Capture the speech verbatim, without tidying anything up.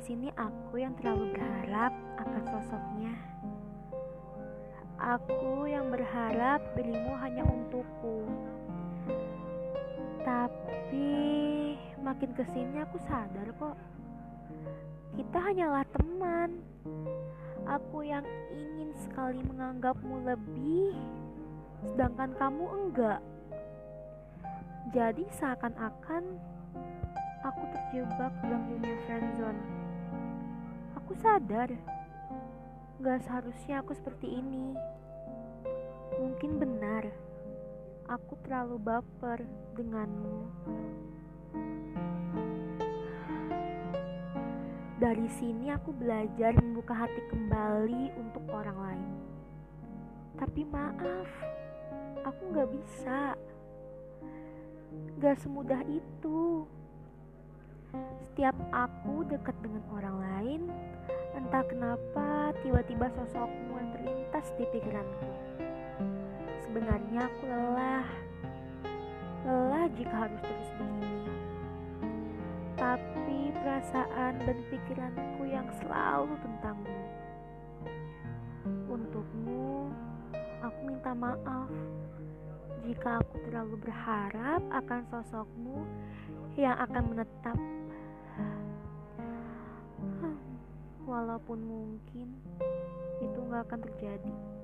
sini aku yang terlalu berharap akan sosoknya. Aku yang berharap dirimu hanya untukku. Tapi makin kesini aku sadar kok, kita hanyalah teman. Aku yang ingin sekali menganggapmu lebih, sedangkan kamu enggak. Jadi seakan-akan aku terjebak dalam dunia friendzone. Aku sadar, gak seharusnya aku seperti ini. Mungkin benar, aku terlalu baper denganmu. Dari sini aku belajar membuka hati kembali untuk orang lain. Tapi maaf, aku gak bisa. Gak semudah itu. Setiap aku dekat dengan orang lain, entah kenapa tiba-tiba sosokmu yang terlintas di pikiranku. Sebenarnya aku lelah. Lelah jika harus terus begini. Tapi perasaan dan pikiranku yang selalu tentangmu. Untukmu, aku minta maaf jika aku terlalu berharap akan sosokmu yang akan menetap. Walaupun mungkin itu gak akan terjadi.